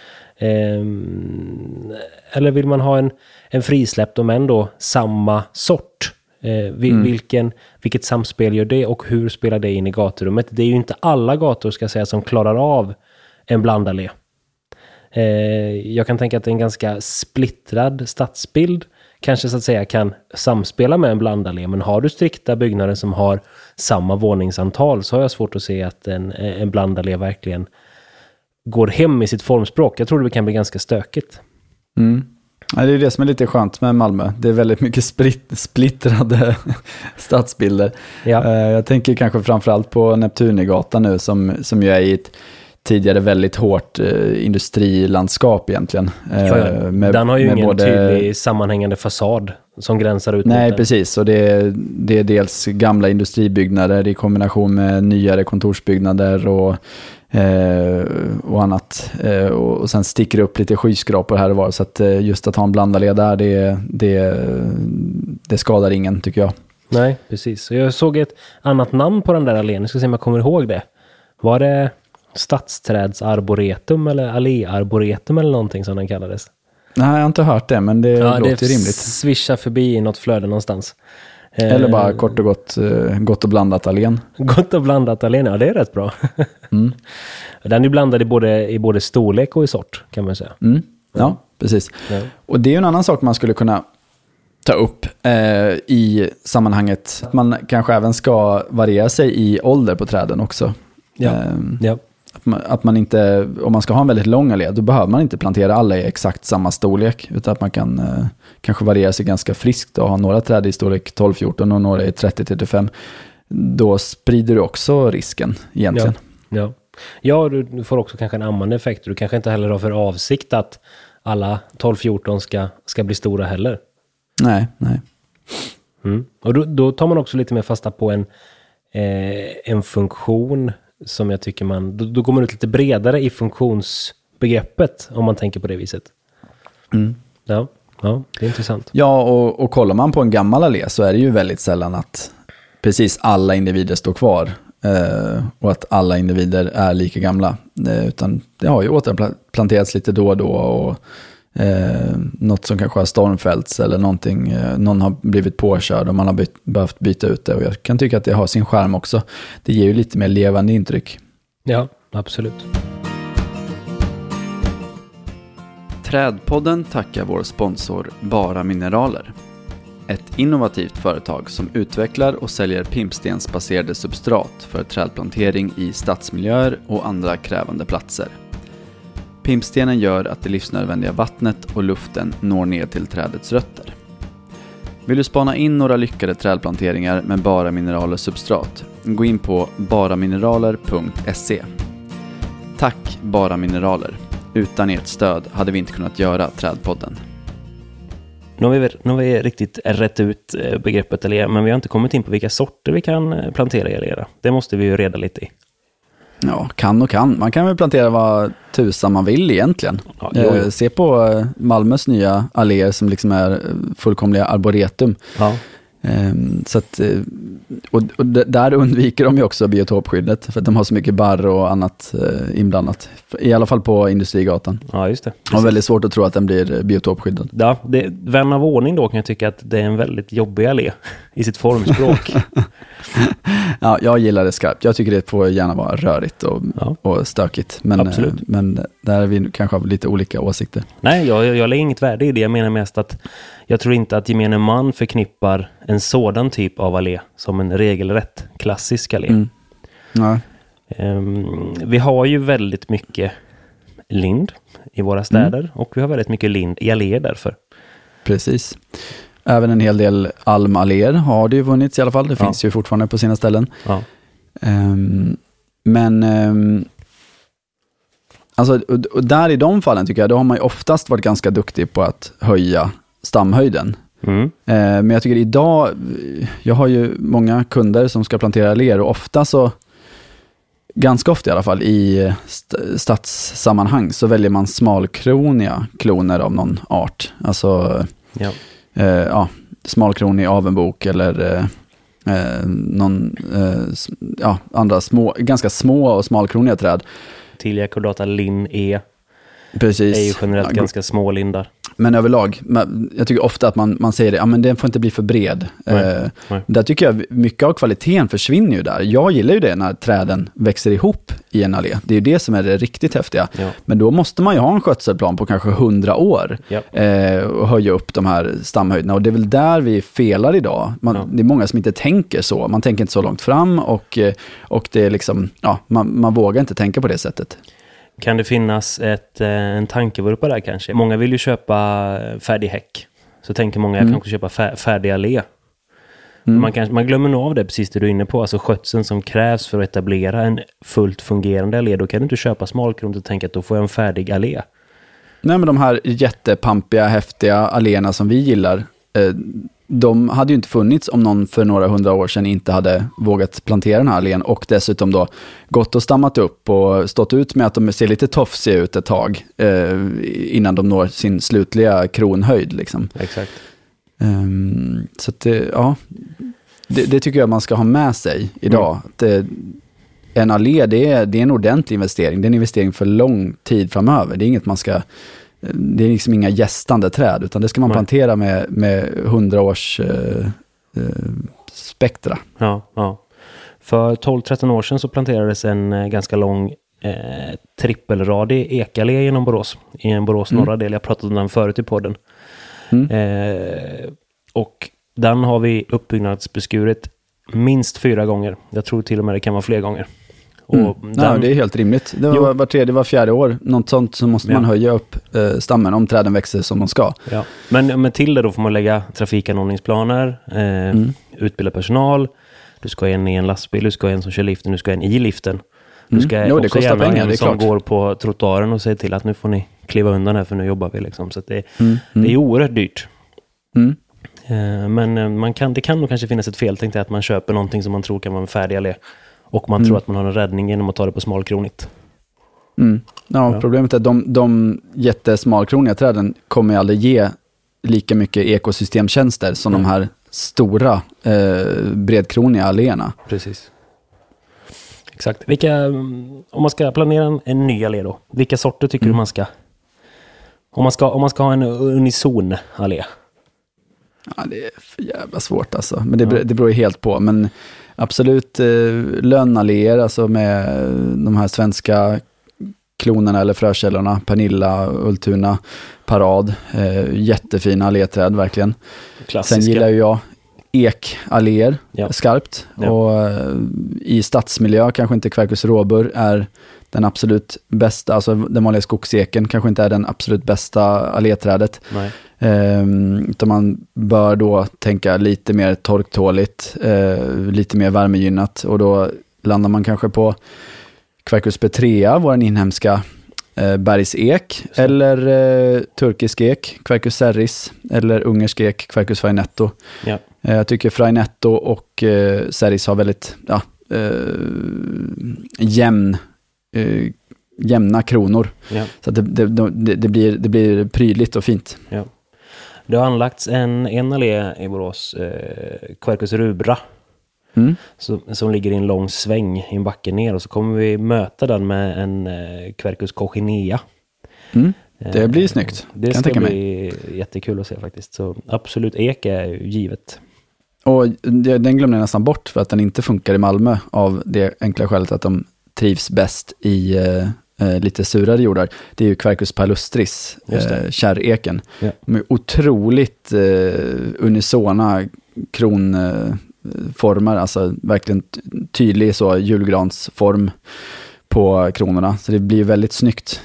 Eller vill man ha en frisläppt om ändå samma sort? Vilket samspel gör det och hur spelar det in i gaturummet? Det är ju inte alla gator ska jag säga som klarar av en blandallé. Jag kan tänka att en ganska splittrad stadsbild kanske så att säga kan samspela med en blandallé, men har du strikta byggnader som har samma våningsantal så har jag svårt att se att en blandallé verkligen går hem i sitt formspråk. Jag tror det kan bli ganska stökigt. Ja, det är det som är lite skönt med Malmö. Det är väldigt mycket splittrade stadsbilder. Ja. Jag tänker kanske framförallt på Neptunegatan nu som ju är i ett tidigare väldigt hårt industrilandskap egentligen. Den har ju ingen tydlig sammanhängande fasad som gränsar ut. Nej, precis. Och det är dels gamla industribyggnader i kombination med nyare kontorsbyggnader och annat. Och sen sticker upp lite skyskrapor här och var. Så att just att ha en blandallé där, det skadar ingen tycker jag. Nej, precis. Jag såg ett annat namn på den där allén. Jag ska se om jag kommer ihåg det. Var det stadsträdsarboretum eller alléarboretum eller någonting som den kallades? Nej, jag har inte hört det, men det låter rimligt. Swisha förbi i något flöde någonstans. Eller bara kort och gott och blandat allén. Gott och blandat allén, ja det är rätt bra. Den är blandad i både storlek och i sort kan man säga. Ja, precis. Ja. Och det är ju en annan sak man skulle kunna ta upp i sammanhanget. Att man kanske även ska variera sig i ålder på träden också. Ja. Att man inte, om man ska ha en väldigt lång allé, då behöver man inte plantera alla i exakt samma storlek, utan att man kan kanske variera sig ganska friskt och ha några träd i storlek 12-14 och några i 30-35. Då sprider du också risken egentligen. Ja, du får också kanske en ammande effekt. Du kanske inte heller har för avsikt att alla 12-14 ska bli stora heller. Nej. Och då tar man också lite mer fasta på en funktion som jag tycker då går man ut lite bredare i funktionsbegreppet om man tänker på det viset. Ja, det är intressant. Ja, och kollar man på en gammal allé så är det ju väldigt sällan att precis alla individer står kvar och att alla individer är lika gamla. Utan det har ju återplanterats lite då och då och något som kanske har stormfällts eller någonting, någon har blivit påkörd och man har behövt byta ut det, och jag kan tycka att det har sin charm också. Det ger ju lite mer levande intryck. Ja, absolut. Trädpodden tackar vår sponsor Bara Mineraler. Ett innovativt företag som utvecklar och säljer pimpstensbaserade substrat för trädplantering i stadsmiljöer och andra krävande platser. Pimpstenen gör att det livsnödvändiga vattnet och luften når ner till trädets rötter. Vill du spana in några lyckade trädplanteringar med Bara Mineraler substrat? Gå in på baramineraler.se. Tack Bara Mineraler. Utan ert stöd hade vi inte kunnat göra Trädpodden. Nu har vi riktigt rätt ut begreppet allé, men vi har inte kommit in på vilka sorter vi kan plantera i allé. Det måste vi ju reda lite i. Ja, kan. Man kan väl plantera vad tusan man vill egentligen. Ja, se på Malmös nya alléer som liksom är fullkomliga arboretum. Ja. Så att, och där undviker de ju också biotopskyddet för att de har så mycket barr och annat inblandat. I alla fall på Industrigatan. Ja, just det. Och väldigt svårt att tro att den blir biotopskyddad. Ja, vän av ordning då kan jag tycka att det är en väldigt jobbig allé i sitt formspråk. Ja, jag gillar det skarpt. Jag tycker det får gärna vara rörigt och stökigt. Men där är vi kanske har lite olika åsikter. Nej, jag lägger inget värde i det. Jag menar mest att jag tror inte att gemene man förknippar en sådan typ av allé som en regelrätt klassisk allé. Ja. Vi har ju väldigt mycket lind i våra städer och vi har väldigt mycket lind i alléer därför. Precis. Även en hel del almalléer har det ju vunnits i alla fall. Det finns ju fortfarande på sina ställen. Ja. Alltså, och där i de fallen tycker jag, då har man ju oftast varit ganska duktig på att höja stamhöjden. Men jag tycker idag, jag har ju många kunder som ska plantera alléer och ganska ofta i alla fall i stadssammanhang så väljer man smalkroniga kloner av någon art. Alltså smalkronig avenbok eller andra ganska små och smalkroniga träd. Tilia cordata Linn E. Precis. Är ju generellt ganska små lindar. Men överlag, jag tycker ofta att man säger det, men den får inte bli för bred. Nej. Där tycker jag mycket av kvaliteten försvinner ju där. Jag gillar ju det när träden växer ihop i en allé. Det är ju det som är det riktigt häftiga. Ja. Men då måste man ju ha en skötselplan på kanske 100 år och höja upp de här stamhöjderna. Och det är väl där vi felar idag. Det är många som inte tänker så. Man tänker inte så långt fram och det är liksom, man vågar inte tänka på det sättet. Kan det finnas en tankevurpa där kanske? Många vill ju köpa färdig häck. Så tänker många, jag kanske köpa färdig allé. Man glömmer nog av det, precis det du är inne på. Alltså skötseln som krävs för att etablera en fullt fungerande allé. Då kan du inte köpa smalkront och tänka att då får jag en färdig allé. Nej, men de här jättepampiga, häftiga alléerna som vi gillar, de hade ju inte funnits om någon för några 100 år sedan inte hade vågat plantera den här allén och dessutom då gått och stammat upp och stått ut med att de ser lite tofsiga ut ett tag innan de når sin slutliga kronhöjd liksom. Exakt. Så att det tycker jag man ska ha med sig idag. Att en allé, det är en ordentlig investering. Det är en investering för lång tid framöver. Det är inget det är liksom inga gästande träd, utan det ska man plantera med 100 års spektra. Ja. För 12-13 år sedan så planterades en ganska lång trippelradig ekallé genom Borås. I en Borås norra del. Jag pratade om den förut i podden. Och den har vi uppbyggnadsbeskurit minst 4 gånger. Jag tror till och med det kan vara fler gånger. Och det är helt rimligt. Det var var tredje, var fjärde år. Något sånt så måste man höja upp stammen om träden växer som de ska. Ja. Men till det då får man lägga trafikanordningsplaner, utbilda personal. Du ska ha en i en lastbil, du ska ha en som kör liften, du ska ha en i liften. Du ska också gärna pengar, en som går på trottoaren och säger till att nu får ni kliva undan här för nu jobbar vi liksom. Så att det är oerhört dyrt. Men det kan nog kanske finnas ett feltänkt att man köper någonting som man tror kan vara en färdig allé. Och man tror att man har en räddning genom att ta det på smalkronigt. Problemet är att de jättesmalkroniga träden kommer aldrig ge lika mycket ekosystemtjänster som de här stora bredkroniga alléerna. Precis. Exakt. Om man ska planera en ny allé då, vilka sorter tycker du man ska... Om man ska ha en unison allé? Ja, det är för jävla svårt alltså. Men det beror ju helt på. Men absolut lönnalléer, alltså med de här svenska klonerna eller frökällorna, Pernilla, Ultuna, Parad. Jättefina alléträd, verkligen. Klassiska. Sen gillar ju jag ekalléer skarpt. Ja. Och i stadsmiljö kanske inte Quercus robur är den absolut bästa, alltså den vanliga skogseken kanske inte är den absolut bästa alléträdet. Nej. Utan man bör då tänka lite mer torktåligt, lite mer värmegynnat, och då landar man kanske på Quercus petrea, vår inhemska bergsek, eller turkisk ek, Quercus serris, eller ungersk ek, Quercus frainetto. Ja. Jag tycker frainetto och serris har väldigt jämna kronor. Ja. Så att det blir prydligt och fint. Ja. Det har anlagts en allé i Borås, Quercus rubra, som ligger i en lång sväng i en backe ner, och så kommer vi möta den med en Quercus cochinea. Det blir snyggt. Det kan ska bli jättekul att se faktiskt. Så absolut, ek är ju givet. Och den glömde jag nästan bort för att den inte funkar i Malmö, av det enkla skälet att de trivs bäst i lite surare jordar. Det är ju Quercus palustris, kärreken. Ja. Med otroligt unisona kronformer, alltså verkligen tydlig så julgransform på kronorna. Så det blir väldigt snyggt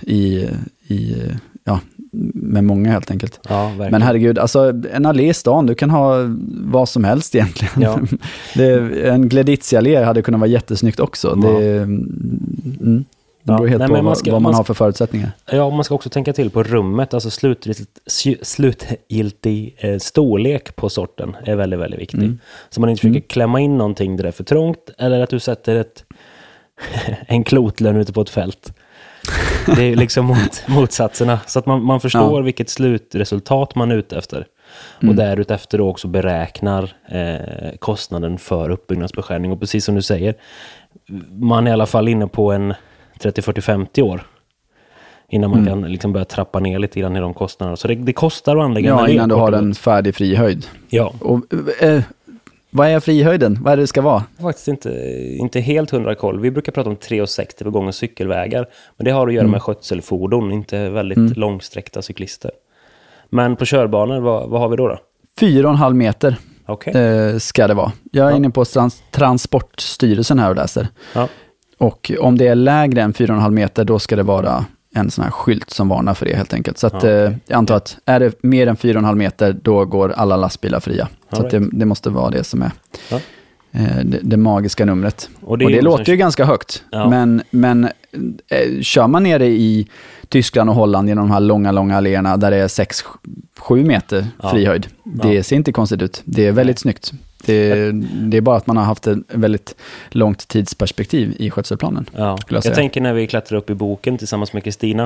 med många helt enkelt. Ja, men herregud, alltså en allé i stan, du kan ha vad som helst egentligen. Ja. En Gleditzi-allé hade kunnat vara jättesnyggt också. Det beror helt på vad man har för förutsättningar. Ja, man ska också tänka till på rummet. Alltså slutgiltig storlek på sorten är väldigt, väldigt viktig. Så man inte försöker klämma in någonting där det är för trångt, eller att du sätter en klotlön ute på ett fält. Det är liksom motsatserna. Så att man förstår vilket slutresultat man är ute efter. Och därutefter då också beräknar kostnaden för uppbyggnadsbeskärning. Och precis som du säger, man är i alla fall inne på en 30, 40, 50 år innan man kan liksom börja trappa ner lite grann i de kostnaderna. Så det kostar att anlägga en innan du har en färdig frihöjd. Ja. Och vad är frihöjden? Vad är det ska vara? Faktiskt inte helt 100 koll. Vi brukar prata om 3,60 på gång- och cykelvägar. Men det har att göra med skötselfordon, inte väldigt långsträckta cyklister. Men på körbanor, vad har vi då? 4,5 meter ska det vara. Jag är inne på Transportstyrelsen här och läser. Ja. Och om det är lägre än 4,5 meter, då ska det vara en sån här skylt som varnar för det helt enkelt. Så att, jag antar att är det mer än 4,5 meter, då går alla lastbilar fria. Så att det måste vara det som är det magiska numret. Och det låter ju ganska högt. Ja. Men kör man nere i Tyskland och Holland genom de här långa alléerna där det är 6-7 meter frihöjd. Det ser inte konstigt ut. Det är väldigt snyggt. Det är bara att man har haft ett väldigt långt tidsperspektiv i skötselplanen. Ja. Jag tänker när vi klättrar upp i boken tillsammans med Kristina.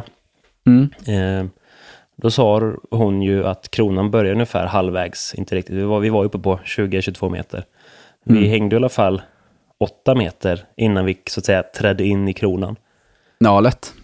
Då sa hon ju att kronan börjar ungefär halvvägs. Inte riktigt. Vi var uppe på 20-22 meter. Vi hängde i alla fall 8 meter innan vi så att säga trädde in i kronan. Ja, lätt.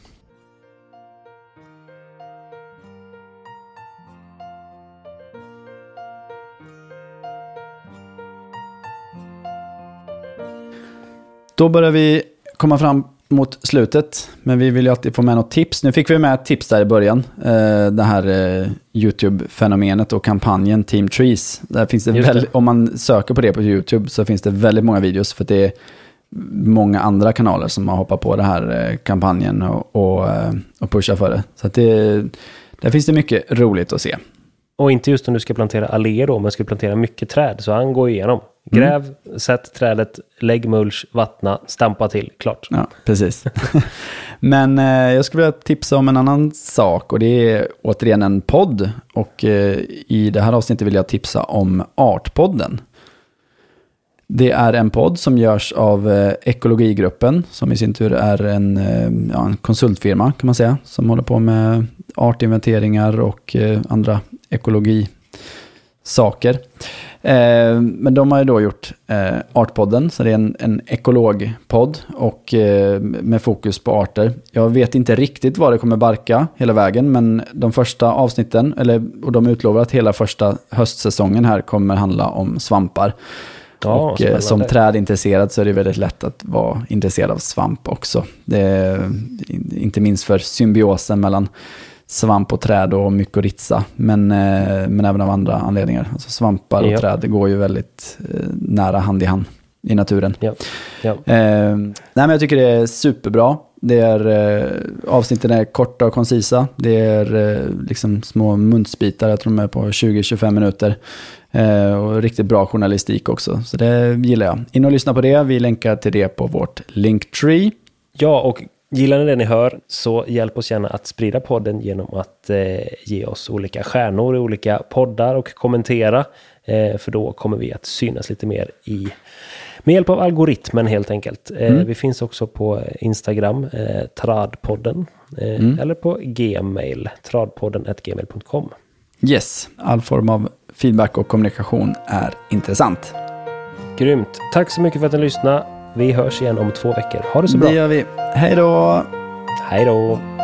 Då börjar vi komma fram mot slutet, men vi vill ju alltid få med något tips. Nu fick vi med ett tips där i början, det här YouTube-fenomenet och kampanjen Team Trees. Där finns det om man söker på det på YouTube så finns det väldigt många videos, för det är många andra kanaler som har hoppat på den här kampanjen och pushar för det. Så att där finns det mycket roligt att se. Och inte just om du ska plantera alléer då, men ska plantera mycket träd, så han går igenom. Gräv, sätt trädet, lägg mulch, vattna, stampa till, klart. Ja, precis. Men jag skulle vilja tipsa om en annan sak, och det är återigen en podd. Och i det här avsnittet vill jag tipsa om Artpodden. Det är en podd som görs av Ekologigruppen, som i sin tur är en konsultfirma kan man säga, som håller på med artinventeringar och andra ekologisaker. Men de har ju då gjort Artpodden, så det är en ekologpodd och med fokus på arter. Jag vet inte riktigt vad det kommer barka hela vägen, men de första avsnitten, och de utlovar att hela första höstsäsongen här kommer handla om svampar. Ja, och som trädintresserad så är det väldigt lätt att vara intresserad av svamp också. Det är inte minst för symbiosen mellan svamp och träd och mykorrhiza, men även av andra anledningar. Alltså svampar och träd går ju väldigt nära hand i hand i naturen. Nej, men jag tycker det är superbra. Avsnitten är korta och koncisa. Det är liksom små muntsbitar, jag tror de är på 20-25 minuter. Och riktigt bra journalistik också. Så det gillar jag. In och lyssna på det. Vi länkar till det på vårt Linktree. Ja, och gillar ni det ni hör, så hjälp oss gärna att sprida podden genom att ge oss olika stjärnor i olika poddar och kommentera. För då kommer vi att synas lite mer med hjälp av algoritmen helt enkelt. Vi finns också på Instagram, Tradpodden, eller på Gmail, tradpodden@gmail.com. Yes, all form av feedback och kommunikation är intressant. Grymt. Tack så mycket för att ni lyssnade. Vi hörs igen om 2 veckor. Ha det så bra. Det gör vi. Hej då! Hej då!